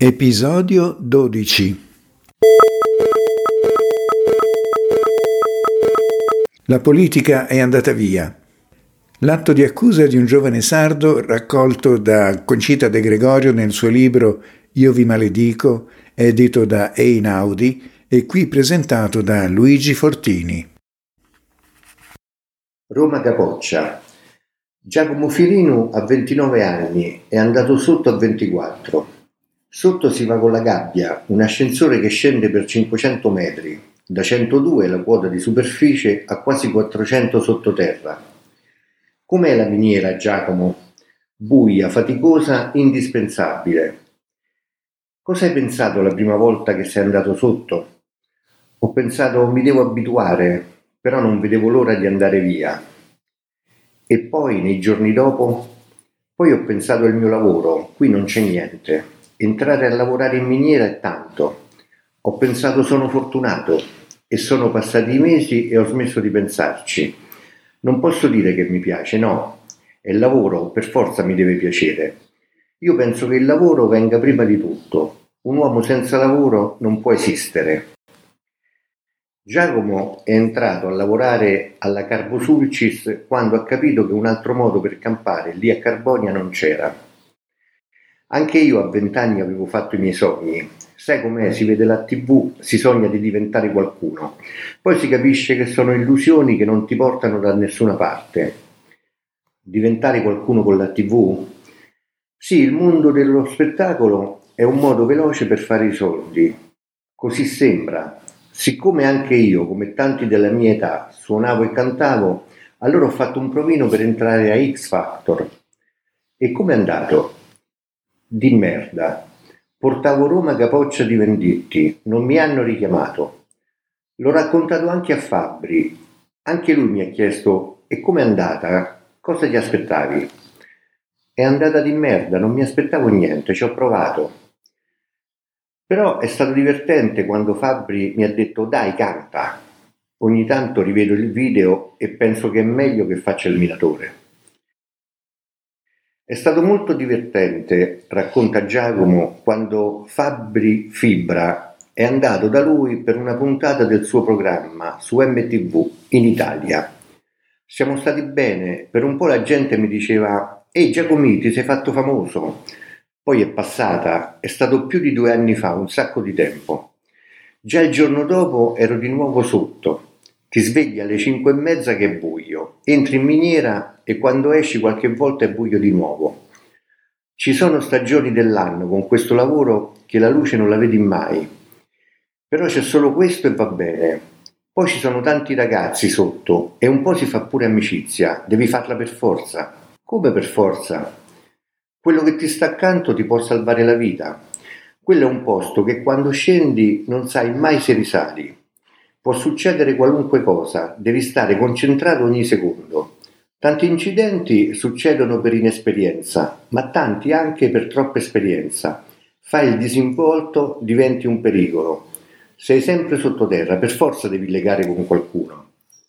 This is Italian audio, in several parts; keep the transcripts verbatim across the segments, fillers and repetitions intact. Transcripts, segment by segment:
Episodio dodici. La politica è andata via. L'atto di accusa di un giovane sardo raccolto da Concita De Gregorio nel suo libro Io vi maledico, edito da Einaudi e qui presentato da Luigi Fortini. Roma Capoccia. Giacomo Filino ha ventinove anni, è andato sotto a ventiquattro. Sotto si va con la gabbia, un ascensore che scende per cinquecento metri, da centodue la quota di superficie a quasi quattrocento sottoterra. Com'è la miniera, Giacomo? Buia, faticosa, indispensabile. Cosa hai pensato la prima volta che sei andato sotto? Ho pensato mi devo abituare, però non vedevo l'ora di andare via. E poi, nei giorni dopo, poi ho pensato al mio lavoro, qui non c'è niente. Entrare a lavorare in miniera è tanto. Ho pensato sono fortunato e sono passati i mesi e ho smesso di pensarci. Non posso dire che mi piace, no. È il lavoro, per forza mi deve piacere. Io penso che il lavoro venga prima di tutto. Un uomo senza lavoro non può esistere. Giacomo è entrato a lavorare alla Carbosulcis quando ha capito che un altro modo per campare lì a Carbonia non c'era. Anche io a vent'anni avevo fatto i miei sogni. Sai com'è? Si vede la tivù, si sogna di diventare qualcuno. Poi si capisce che sono illusioni che non ti portano da nessuna parte. Diventare qualcuno con la tivù? Sì, il mondo dello spettacolo è un modo veloce per fare i soldi. Così sembra. Siccome anche io, come tanti della mia età, suonavo e cantavo, allora ho fatto un provino per entrare a X Factor. E com'è andato? Di merda. Portavo Roma Capoccia di Venditti, non mi hanno richiamato. L'ho raccontato anche a Fabbri. Anche lui mi ha chiesto: e com'è andata? Cosa ti aspettavi? È andata di merda, non mi aspettavo niente, ci ho provato. Però è stato divertente quando Fabbri mi ha detto dai canta. Ogni tanto rivedo il video e penso che è meglio che faccia il minatore. È stato molto divertente, racconta Giacomo, quando Fabbri Fibra è andato da lui per una puntata del suo programma su M T V in Italia. Siamo stati bene, per un po' la gente mi diceva ehi Giacomi, ti sei fatto famoso. Poi è passata, è stato più di due anni fa, un sacco di tempo. Già il giorno dopo ero di nuovo sotto. Ti svegli alle cinque e mezza che è buio, entri in miniera e quando esci qualche volta è buio di nuovo. Ci sono stagioni dell'anno con questo lavoro che la luce non la vedi mai. Però c'è solo questo e va bene. Poi ci sono tanti ragazzi sotto e un po' si fa pure amicizia, devi farla per forza. Come per forza? Quello che ti sta accanto ti può salvare la vita. Quello è un posto che quando scendi non sai mai se risali. Può succedere qualunque cosa, devi stare concentrato ogni secondo. Tanti incidenti succedono per inesperienza, ma tanti anche per troppa esperienza. Fai il disinvolto, diventi un pericolo. Sei sempre sottoterra, per forza devi legare con qualcuno.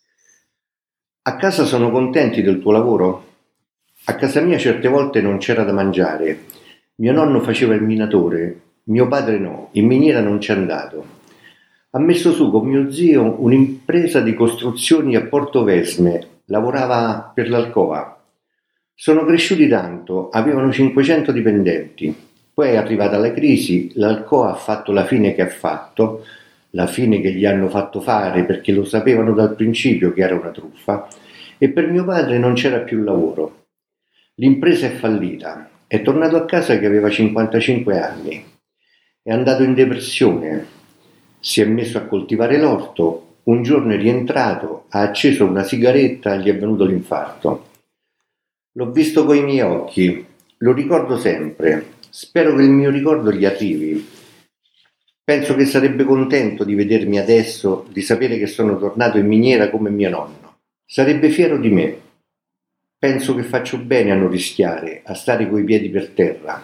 A casa sono contenti del tuo lavoro? A casa mia certe volte non c'era da mangiare. Mio nonno faceva il minatore, mio padre no, in miniera non c'è andato. Ha messo su con mio zio un'impresa di costruzioni a Portovesme, lavorava per l'Alcoa. Sono cresciuti tanto, avevano cinquecento dipendenti. Poi è arrivata la crisi, l'Alcoa ha fatto la fine che ha fatto, la fine che gli hanno fatto fare perché lo sapevano dal principio che era una truffa, e per mio padre non c'era più lavoro. L'impresa è fallita, è tornato a casa che aveva cinquantacinque anni, è andato in depressione. Si è messo a coltivare l'orto, un giorno è rientrato, ha acceso una sigaretta e gli è venuto l'infarto. L'ho visto coi miei occhi, lo ricordo sempre, spero che il mio ricordo gli arrivi. Penso che sarebbe contento di vedermi adesso, di sapere che sono tornato in miniera come mio nonno. Sarebbe fiero di me. Penso che faccio bene a non rischiare, a stare coi piedi per terra.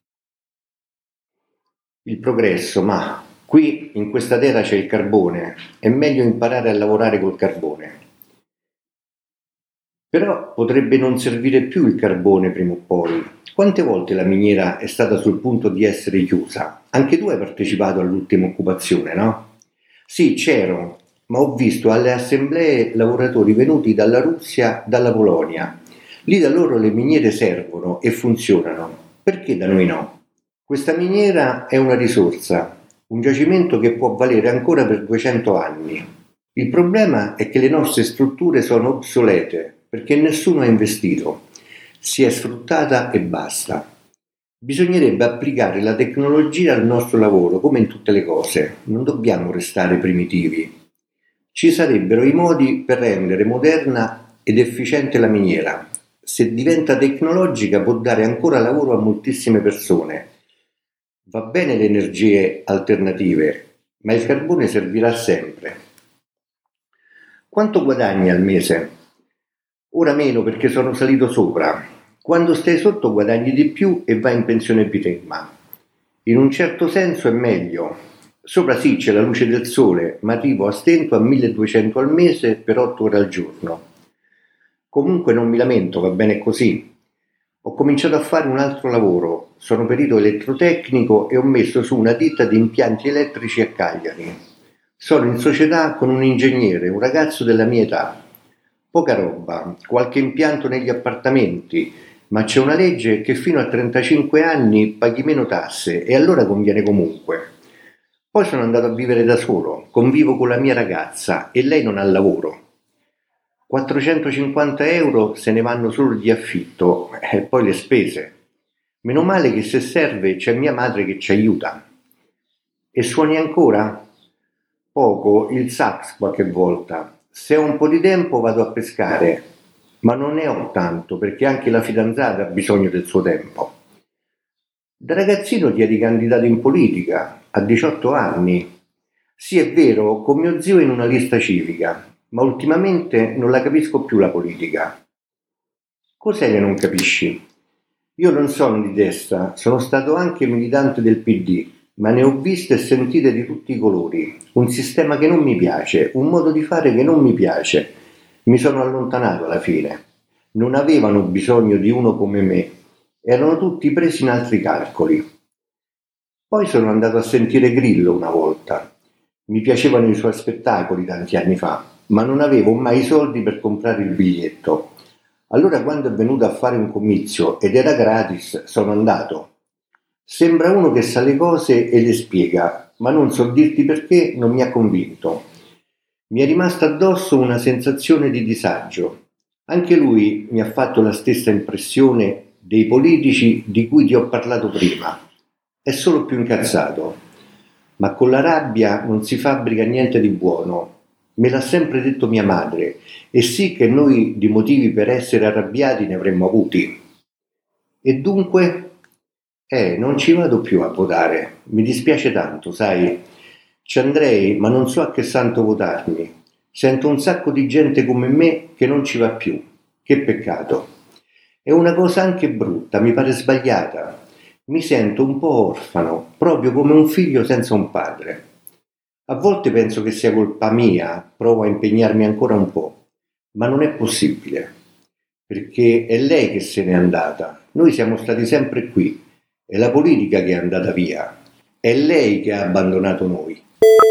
Il progresso, ma... Qui, in questa terra, c'è il carbone. È meglio imparare a lavorare col carbone. Però potrebbe non servire più il carbone prima o poi. Quante volte la miniera è stata sul punto di essere chiusa? Anche tu hai partecipato all'ultima occupazione, no? Sì, c'ero, ma ho visto alle assemblee lavoratori venuti dalla Russia, dalla Polonia. Lì da loro le miniere servono e funzionano. Perché da noi no? Questa miniera è una risorsa, un giacimento che può valere ancora per duecento anni. Il problema è che le nostre strutture sono obsolete perché nessuno ha investito. Si è sfruttata e basta. Bisognerebbe applicare la tecnologia al nostro lavoro, come in tutte le cose. Non dobbiamo restare primitivi. Ci sarebbero i modi per rendere moderna ed efficiente la miniera. Se diventa tecnologica può dare ancora lavoro a moltissime persone. Va bene le energie alternative, ma il carbone servirà sempre. Quanto guadagni al mese? Ora meno perché sono salito sopra. Quando stai sotto guadagni di più e vai in pensione prima. In un certo senso è meglio. Sopra sì c'è la luce del sole, ma arrivo a stento a milleduecento al mese per otto ore al giorno. Comunque non mi lamento, va bene così. Ho cominciato a fare un altro lavoro, sono perito elettrotecnico e ho messo su una ditta di impianti elettrici a Cagliari. Sono in società con un ingegnere, un ragazzo della mia età. Poca roba, qualche impianto negli appartamenti, ma c'è una legge che fino a trentacinque anni paghi meno tasse e allora conviene comunque. Poi sono andato a vivere da solo, convivo con la mia ragazza e lei non ha lavoro. quattrocentocinquanta euro se ne vanno solo di affitto e poi le spese. Meno male che se serve c'è mia madre che ci aiuta. E suoni ancora? Poco, il sax qualche volta. Se ho un po' di tempo vado a pescare, ma non ne ho tanto perché anche la fidanzata ha bisogno del suo tempo. Da ragazzino ti eri candidato in politica, a diciotto anni. Sì, è vero, con mio zio in una lista civica, ma ultimamente non la capisco più la politica. Cos'è che non capisci? Io non sono di destra, sono stato anche militante del P D, ma ne ho viste e sentite di tutti i colori. Un sistema che non mi piace, un modo di fare che non mi piace. Mi sono allontanato alla fine. Non avevano bisogno di uno come me. Erano tutti presi in altri calcoli. Poi sono andato a sentire Grillo una volta. Mi piacevano i suoi spettacoli tanti anni fa, ma non avevo mai i soldi per comprare il biglietto. Allora quando è venuto a fare un comizio ed era gratis, sono andato. Sembra uno che sa le cose e le spiega, ma non so dirti perché non mi ha convinto. Mi è rimasta addosso una sensazione di disagio. Anche lui mi ha fatto la stessa impressione dei politici di cui ti ho parlato prima. È solo più incazzato. Ma con la rabbia non si fabbrica niente di buono. Me l'ha sempre detto mia madre, e sì che noi di motivi per essere arrabbiati ne avremmo avuti. E dunque? Eh, non ci vado più a votare. Mi dispiace tanto, sai. Ci andrei, ma non so a che santo votarmi. Sento un sacco di gente come me che non ci va più. Che peccato. È una cosa anche brutta, mi pare sbagliata. Mi sento un po' orfano, proprio come un figlio senza un padre. A volte penso che sia colpa mia, provo a impegnarmi ancora un po', ma non è possibile, perché è lei che se n'è andata. Noi siamo stati sempre qui, è la politica che è andata via, è lei che ha abbandonato noi.